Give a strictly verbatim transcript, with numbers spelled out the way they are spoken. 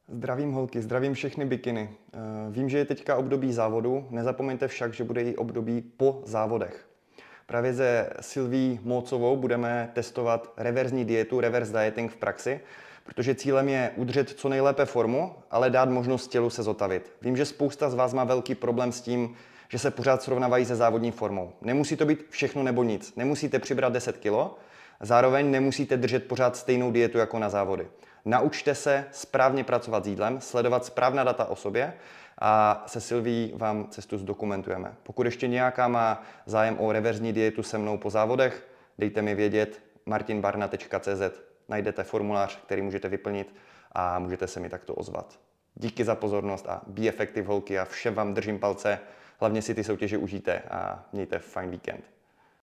Zdravím holky, zdravím všechny bikiny. Vím, že je teďka období závodu, nezapomeňte však, že bude i období po závodech. Právě se Sylví Mócovou budeme testovat reverzní dietu, reverse dieting v praxi, protože cílem je udržet co nejlépe formu, ale dát možnost tělu se zotavit. Vím, že spousta z vás má velký problém s tím, že se pořád srovnávají se závodní formou. Nemusí to být všechno nebo nic. Nemusíte přibrat deset kilo, zároveň nemusíte držet pořád stejnou dietu jako na závody. Naučte se správně pracovat s jídlem, sledovat správná data o sobě a se Sylví vám cestu zdokumentujeme. Pokud ještě nějaká má zájem o reverzní dietu se mnou po závodech, dejte mi vědět martin barna tečka cé zet. Najdete formulář, který můžete vyplnit a můžete se mi takto ozvat. Díky za pozornost a be effective holky a všem vám držím palce. Hlavně si ty soutěže užijte a mějte fajn víkend.